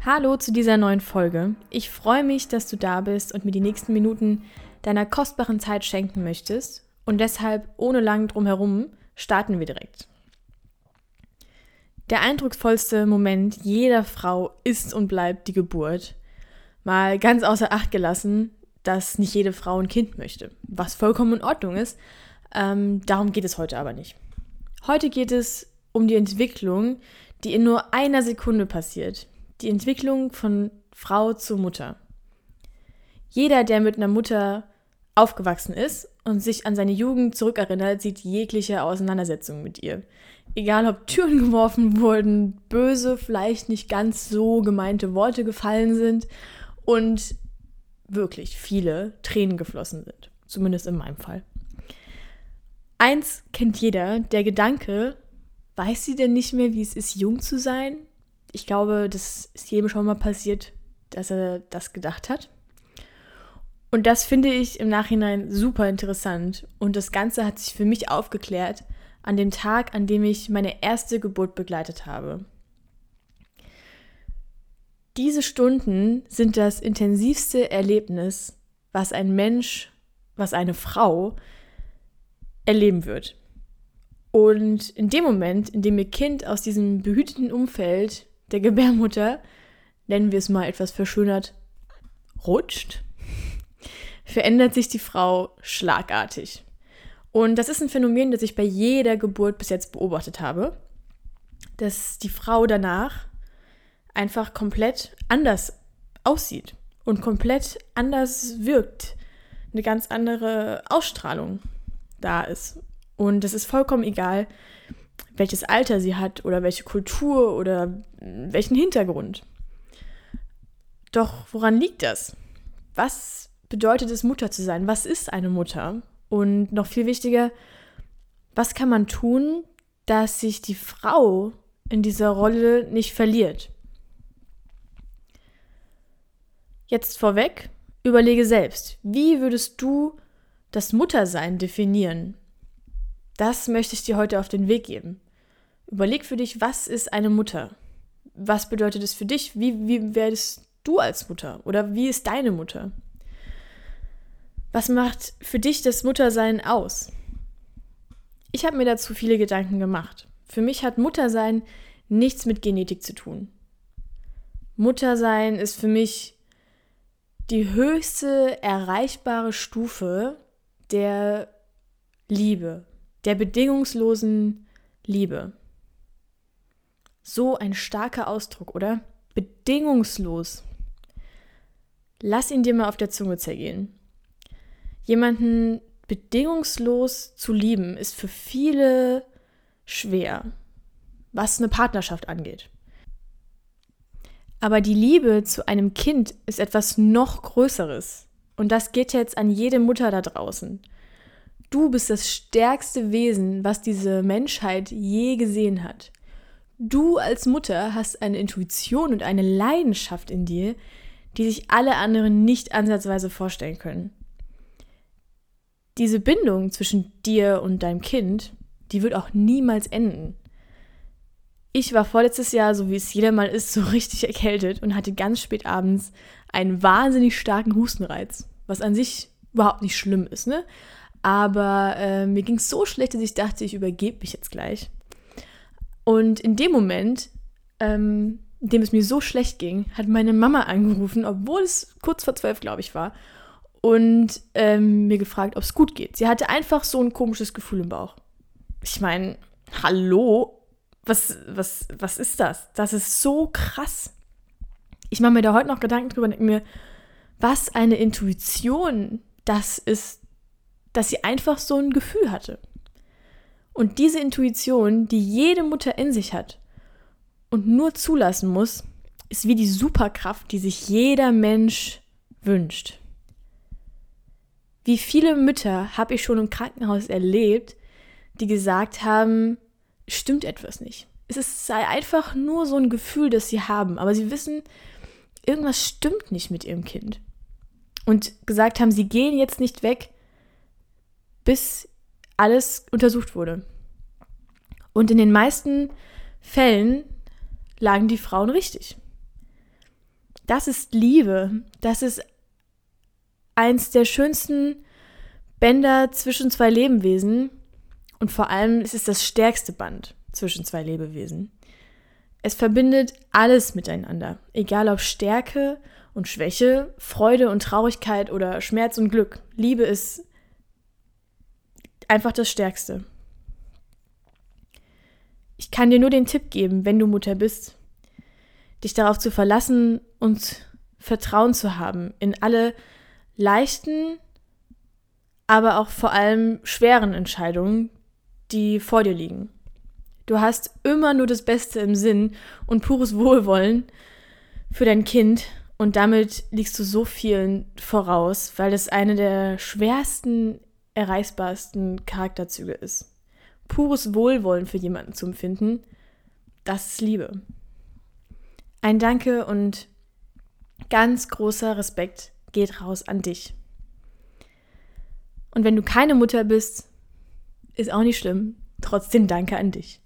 Hallo zu dieser neuen Folge. Ich freue mich, dass du da bist und mir die nächsten Minuten deiner kostbaren Zeit schenken möchtest. Und deshalb, ohne lang drumherum, starten wir direkt. Der eindrucksvollste Moment jeder Frau ist und bleibt die Geburt. Mal ganz außer Acht gelassen, dass nicht jede Frau ein Kind möchte, was vollkommen in Ordnung ist. Darum geht es heute aber nicht. Heute geht es um die Entwicklung, die in nur einer Sekunde passiert. Die Entwicklung von Frau zu Mutter. Jeder, der mit einer Mutter aufgewachsen ist und sich an seine Jugend zurückerinnert, sieht jegliche Auseinandersetzung mit ihr. Egal, ob Türen geworfen wurden, böse, vielleicht nicht ganz so gemeinte Worte gefallen sind und wirklich viele Tränen geflossen sind. Zumindest in meinem Fall. Eins kennt jeder, der Gedanke, weiß sie denn nicht mehr, wie es ist, jung zu sein? Ich glaube, das ist jedem schon mal passiert, dass er das gedacht hat. Und das finde ich im Nachhinein super interessant. Und das Ganze hat sich für mich aufgeklärt an dem Tag, an dem ich meine erste Geburt begleitet habe. Diese Stunden sind das intensivste Erlebnis, was ein Mensch, was eine Frau erleben wird. Und in dem Moment, in dem ihr Kind aus diesem behüteten Umfeld der Gebärmutter, nennen wir es mal etwas verschönert, rutscht, verändert sich die Frau schlagartig. Und das ist ein Phänomen, das ich bei jeder Geburt bis jetzt beobachtet habe, dass die Frau danach einfach komplett anders aussieht und komplett anders wirkt. Eine ganz andere Ausstrahlung da ist. Und es ist vollkommen egal, welches Alter sie hat oder welche Kultur oder welchen Hintergrund. Doch woran liegt das? Was bedeutet es, Mutter zu sein? Was ist eine Mutter? Und noch viel wichtiger, was kann man tun, dass sich die Frau in dieser Rolle nicht verliert? Jetzt vorweg, überlege selbst, wie würdest du das Muttersein definieren? Das möchte ich dir heute auf den Weg geben. Überleg für dich, was ist eine Mutter? Was bedeutet es für dich? Wie werdest du als Mutter? Oder wie ist deine Mutter? Was macht für dich das Muttersein aus? Ich habe mir dazu viele Gedanken gemacht. Für mich hat Muttersein nichts mit Genetik zu tun. Muttersein ist für mich die höchste erreichbare Stufe der Liebe, der bedingungslosen Liebe. So ein starker Ausdruck, oder? Bedingungslos. Lass ihn dir mal auf der Zunge zergehen. Jemanden bedingungslos zu lieben, ist für viele schwer, was eine Partnerschaft angeht. Aber die Liebe zu einem Kind ist etwas noch Größeres. Und das geht jetzt an jede Mutter da draußen. Du bist das stärkste Wesen, was diese Menschheit je gesehen hat. Du als Mutter hast eine Intuition und eine Leidenschaft in dir, die sich alle anderen nicht ansatzweise vorstellen können. Diese Bindung zwischen dir und deinem Kind, die wird auch niemals enden. Ich war vorletztes Jahr, so wie es jeder mal ist, so richtig erkältet und hatte ganz spät abends einen wahnsinnig starken Hustenreiz, was an sich überhaupt nicht schlimm ist, ne? Aber mir ging es so schlecht, dass ich dachte, ich übergebe mich jetzt gleich. Und in dem Moment, in dem es mir so schlecht ging, hat meine Mama angerufen, obwohl es kurz vor 12, glaube ich, war, und mir gefragt, ob es gut geht. Sie hatte einfach so ein komisches Gefühl im Bauch. Ich meine, hallo, was ist das? Das ist so krass. Ich mache mir da heute noch Gedanken drüber und denke mir, was eine Intuition das ist, dass sie einfach so ein Gefühl hatte. Und diese Intuition, die jede Mutter in sich hat und nur zulassen muss, ist wie die Superkraft, die sich jeder Mensch wünscht. Wie viele Mütter habe ich schon im Krankenhaus erlebt, die gesagt haben, stimmt etwas nicht. Sei einfach nur so ein Gefühl, das sie haben, aber sie wissen, irgendwas stimmt nicht mit ihrem Kind. Und gesagt haben, sie gehen jetzt nicht weg, bis alles untersucht wurde. Und in den meisten Fällen lagen die Frauen richtig. Das ist Liebe. Das ist eins der schönsten Bänder zwischen zwei Lebewesen und vor allem ist es das stärkste Band zwischen zwei Lebewesen. Es verbindet alles miteinander, egal ob Stärke und Schwäche, Freude und Traurigkeit oder Schmerz und Glück. Liebe ist einfach das Stärkste. Ich kann dir nur den Tipp geben, wenn du Mutter bist, dich darauf zu verlassen und Vertrauen zu haben in alle leichten, aber auch vor allem schweren Entscheidungen, die vor dir liegen. Du hast immer nur das Beste im Sinn und pures Wohlwollen für dein Kind und damit liegst du so vielen voraus, weil es eine der schwersten, erreichbarsten Charakterzüge ist. Pures Wohlwollen für jemanden zu empfinden, das ist Liebe. Ein Danke und ganz großer Respekt geht raus an dich. Und wenn du keine Mutter bist, ist auch nicht schlimm. Trotzdem Danke an dich.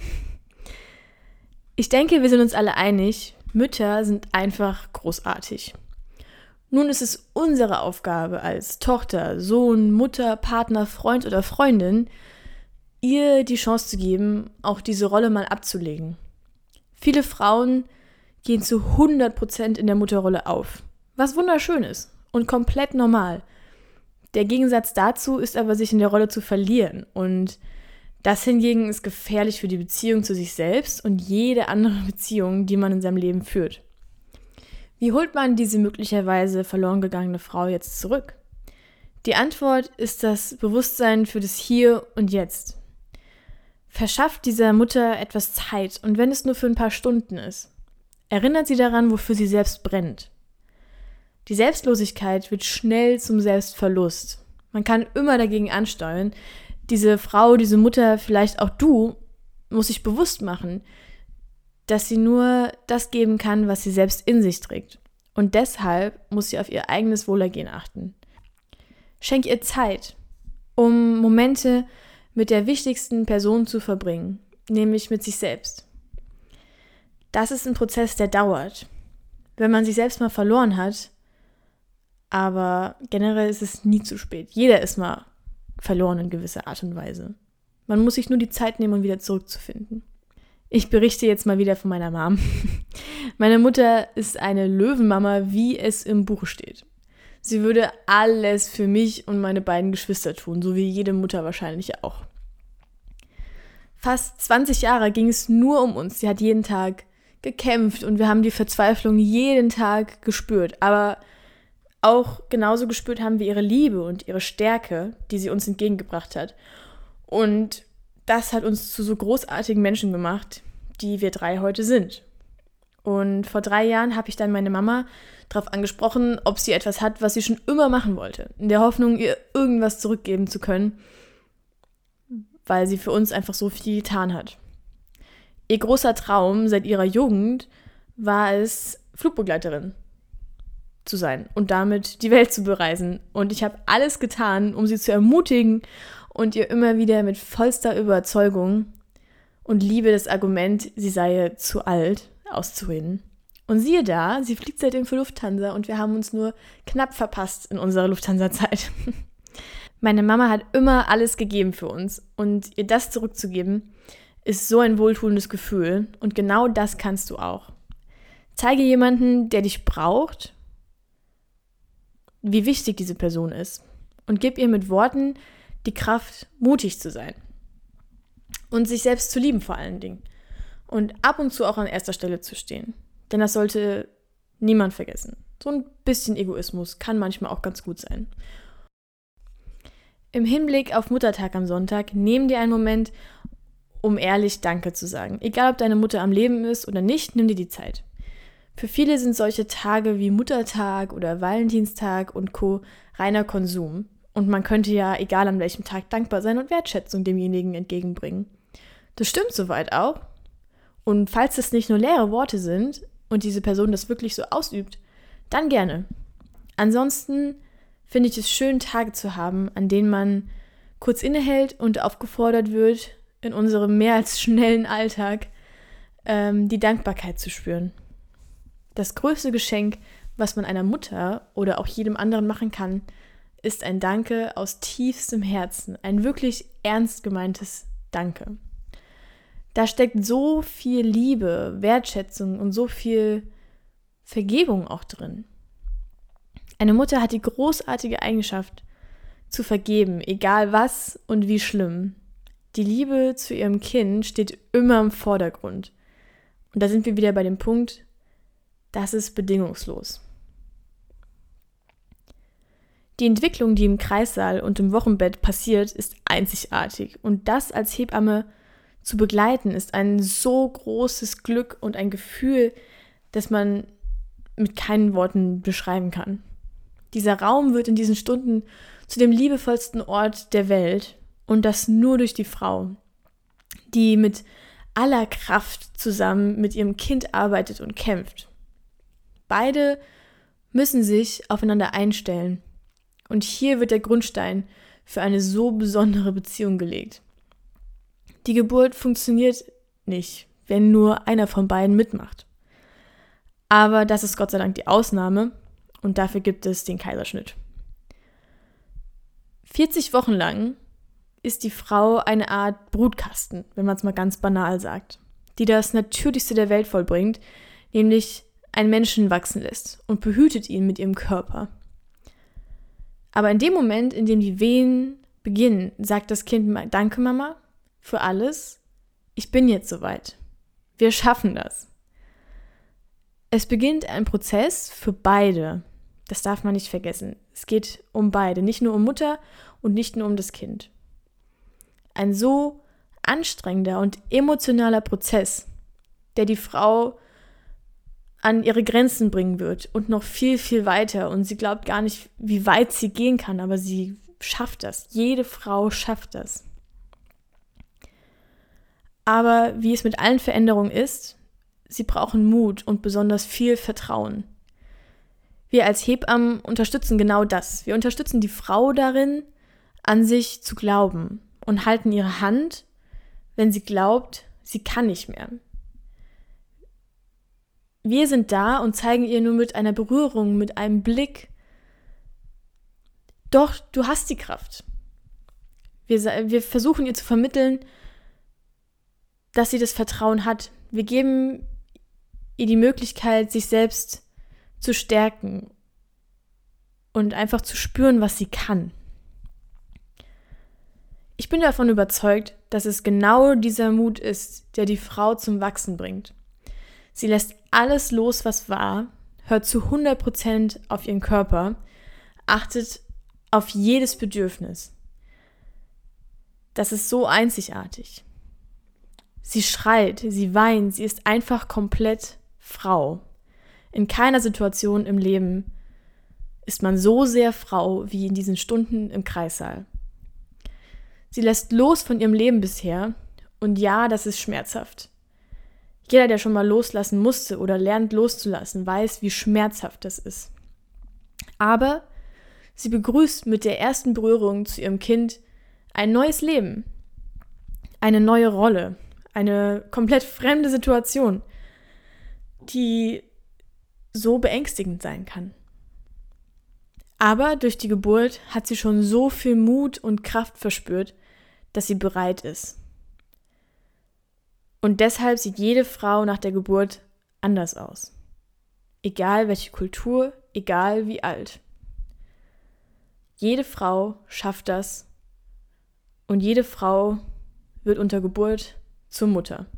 Ich denke, wir sind uns alle einig, Mütter sind einfach großartig. Nun ist es unsere Aufgabe als Tochter, Sohn, Mutter, Partner, Freund oder Freundin, ihr die Chance zu geben, auch diese Rolle mal abzulegen. Viele Frauen gehen zu 100% in der Mutterrolle auf, was wunderschön ist und komplett normal. Der Gegensatz dazu ist aber, sich in der Rolle zu verlieren und das hingegen ist gefährlich für die Beziehung zu sich selbst und jede andere Beziehung, die man in seinem Leben führt. Wie holt man diese möglicherweise verloren gegangene Frau jetzt zurück? Die Antwort ist das Bewusstsein für das Hier und Jetzt. Verschafft dieser Mutter etwas Zeit und wenn es nur für ein paar Stunden ist, erinnert sie daran, wofür sie selbst brennt. Die Selbstlosigkeit wird schnell zum Selbstverlust. Man kann immer dagegen ansteuern. Diese Frau, diese Mutter, vielleicht auch du, muss sich bewusst machen, dass sie nur das geben kann, was sie selbst in sich trägt. Und deshalb muss sie auf ihr eigenes Wohlergehen achten. Schenk ihr Zeit, um Momente mit der wichtigsten Person zu verbringen, nämlich mit sich selbst. Das ist ein Prozess, der dauert. Wenn man sich selbst mal verloren hat, aber generell ist es nie zu spät. Jeder ist mal verloren in gewisser Art und Weise. Man muss sich nur die Zeit nehmen, um wieder zurückzufinden. Ich berichte jetzt mal wieder von meiner Mom. Meine Mutter ist eine Löwenmama, wie es im Buche steht. Sie würde alles für mich und meine beiden Geschwister tun, so wie jede Mutter wahrscheinlich auch. Fast 20 Jahre ging es nur um uns. Sie hat jeden Tag gekämpft und wir haben die Verzweiflung jeden Tag gespürt. Aber auch genauso gespürt haben wir ihre Liebe und ihre Stärke, die sie uns entgegengebracht hat. Und das hat uns zu so großartigen Menschen gemacht, die wir 3 heute sind. Und vor 3 Jahren habe ich dann meine Mama darauf angesprochen, ob sie etwas hat, was sie schon immer machen wollte. In der Hoffnung, ihr irgendwas zurückgeben zu können, weil sie für uns einfach so viel getan hat. Ihr großer Traum seit ihrer Jugend war es, Flugbegleiterin zu sein und damit die Welt zu bereisen. Und ich habe alles getan, um sie zu ermutigen und ihr immer wieder mit vollster Überzeugung und Liebe das Argument, sie sei zu alt, auszureden. Und siehe da, sie fliegt seitdem für Lufthansa und wir haben uns nur knapp verpasst in unserer Lufthansa-Zeit. Meine Mama hat immer alles gegeben für uns und ihr das zurückzugeben, ist so ein wohltuendes Gefühl und genau das kannst du auch. Zeige jemanden, der dich braucht, wie wichtig diese Person ist und gib ihr mit Worten die Kraft, mutig zu sein und sich selbst zu lieben vor allen Dingen und ab und zu auch an erster Stelle zu stehen, denn das sollte niemand vergessen. So ein bisschen Egoismus kann manchmal auch ganz gut sein. Im Hinblick auf Muttertag am Sonntag, nimm dir einen Moment, um ehrlich Danke zu sagen. Egal, ob deine Mutter am Leben ist oder nicht, nimm dir die Zeit. Für viele sind solche Tage wie Muttertag oder Valentinstag und Co. reiner Konsum. Und man könnte ja, egal an welchem Tag, dankbar sein und Wertschätzung demjenigen entgegenbringen. Das stimmt soweit auch. Und falls das nicht nur leere Worte sind und diese Person das wirklich so ausübt, dann gerne. Ansonsten finde ich es schön, Tage zu haben, an denen man kurz innehält und aufgefordert wird, in unserem mehr als schnellen Alltag die Dankbarkeit zu spüren. Das größte Geschenk, was man einer Mutter oder auch jedem anderen machen kann, ist ein Danke aus tiefstem Herzen, ein wirklich ernst gemeintes Danke. Da steckt so viel Liebe, Wertschätzung und so viel Vergebung auch drin. Eine Mutter hat die großartige Eigenschaft, zu vergeben, egal was und wie schlimm. Die Liebe zu ihrem Kind steht immer im Vordergrund. Und da sind wir wieder bei dem Punkt, das ist bedingungslos. Die Entwicklung, die im Kreissaal und im Wochenbett passiert, ist einzigartig. Und das als Hebamme zu begleiten, ist ein so großes Glück und ein Gefühl, das man mit keinen Worten beschreiben kann. Dieser Raum wird in diesen Stunden zu dem liebevollsten Ort der Welt und das nur durch die Frau, die mit aller Kraft zusammen mit ihrem Kind arbeitet und kämpft. Beide müssen sich aufeinander einstellen und hier wird der Grundstein für eine so besondere Beziehung gelegt. Die Geburt funktioniert nicht, wenn nur einer von beiden mitmacht. Aber das ist Gott sei Dank die Ausnahme und dafür gibt es den Kaiserschnitt. 40 Wochen lang ist die Frau eine Art Brutkasten, wenn man es mal ganz banal sagt, die das Natürlichste der Welt vollbringt, nämlich einen Menschen wachsen lässt und behütet ihn mit ihrem Körper. Aber in dem Moment, in dem die Wehen beginnen, sagt das Kind, danke Mama für alles, ich bin jetzt soweit, wir schaffen das. Es beginnt ein Prozess für beide, das darf man nicht vergessen. Es geht um beide, nicht nur um Mutter und nicht nur um das Kind. Ein so anstrengender und emotionaler Prozess, der die Frau an ihre Grenzen bringen wird und noch viel, viel weiter. Und sie glaubt gar nicht, wie weit sie gehen kann, aber sie schafft das. Jede Frau schafft das. Aber wie es mit allen Veränderungen ist, sie brauchen Mut und besonders viel Vertrauen. Wir als Hebammen unterstützen genau das. Wir unterstützen die Frau darin, an sich zu glauben und halten ihre Hand, wenn sie glaubt, sie kann nicht mehr. Wir sind da und zeigen ihr nur mit einer Berührung, mit einem Blick, doch, du hast die Kraft. Wir versuchen ihr zu vermitteln, dass sie das Vertrauen hat. Wir geben ihr die Möglichkeit, sich selbst zu stärken und einfach zu spüren, was sie kann. Ich bin davon überzeugt, dass es genau dieser Mut ist, der die Frau zum Wachsen bringt. Sie lässt alles los, was war, hört zu 100% auf ihren Körper, achtet auf jedes Bedürfnis. Das ist so einzigartig. Sie schreit, sie weint, sie ist einfach komplett Frau. In keiner Situation im Leben ist man so sehr Frau wie in diesen Stunden im Kreissaal. Sie lässt los von ihrem Leben bisher und ja, das ist schmerzhaft. Jeder, der schon mal loslassen musste oder lernt loszulassen, weiß, wie schmerzhaft das ist. Aber sie begrüßt mit der ersten Berührung zu ihrem Kind ein neues Leben, eine neue Rolle, eine komplett fremde Situation, die so beängstigend sein kann. Aber durch die Geburt hat sie schon so viel Mut und Kraft verspürt, dass sie bereit ist. Und deshalb sieht jede Frau nach der Geburt anders aus. Egal welche Kultur, egal wie alt. Jede Frau schafft das und jede Frau wird unter Geburt zur Mutter.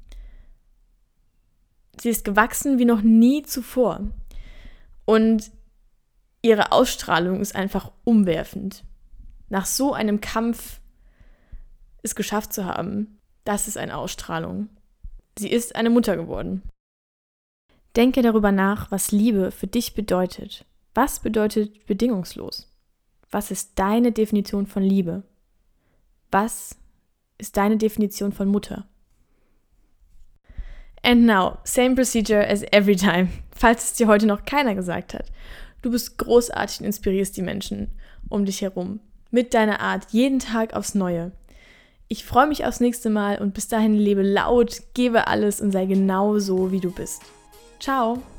Sie ist gewachsen wie noch nie zuvor und ihre Ausstrahlung ist einfach umwerfend. Nach so einem Kampf es geschafft zu haben, das ist eine Ausstrahlung. Sie ist eine Mutter geworden. Denke darüber nach, was Liebe für dich bedeutet. Was bedeutet bedingungslos? Was ist deine Definition von Liebe? Was ist deine Definition von Mutter? And now, same procedure as every time. Falls es dir heute noch keiner gesagt hat. Du bist großartig und inspirierst die Menschen um dich herum. Mit deiner Art, jeden Tag aufs Neue. Ich freue mich aufs nächste Mal und bis dahin lebe laut, gebe alles und sei genau so, wie du bist. Ciao!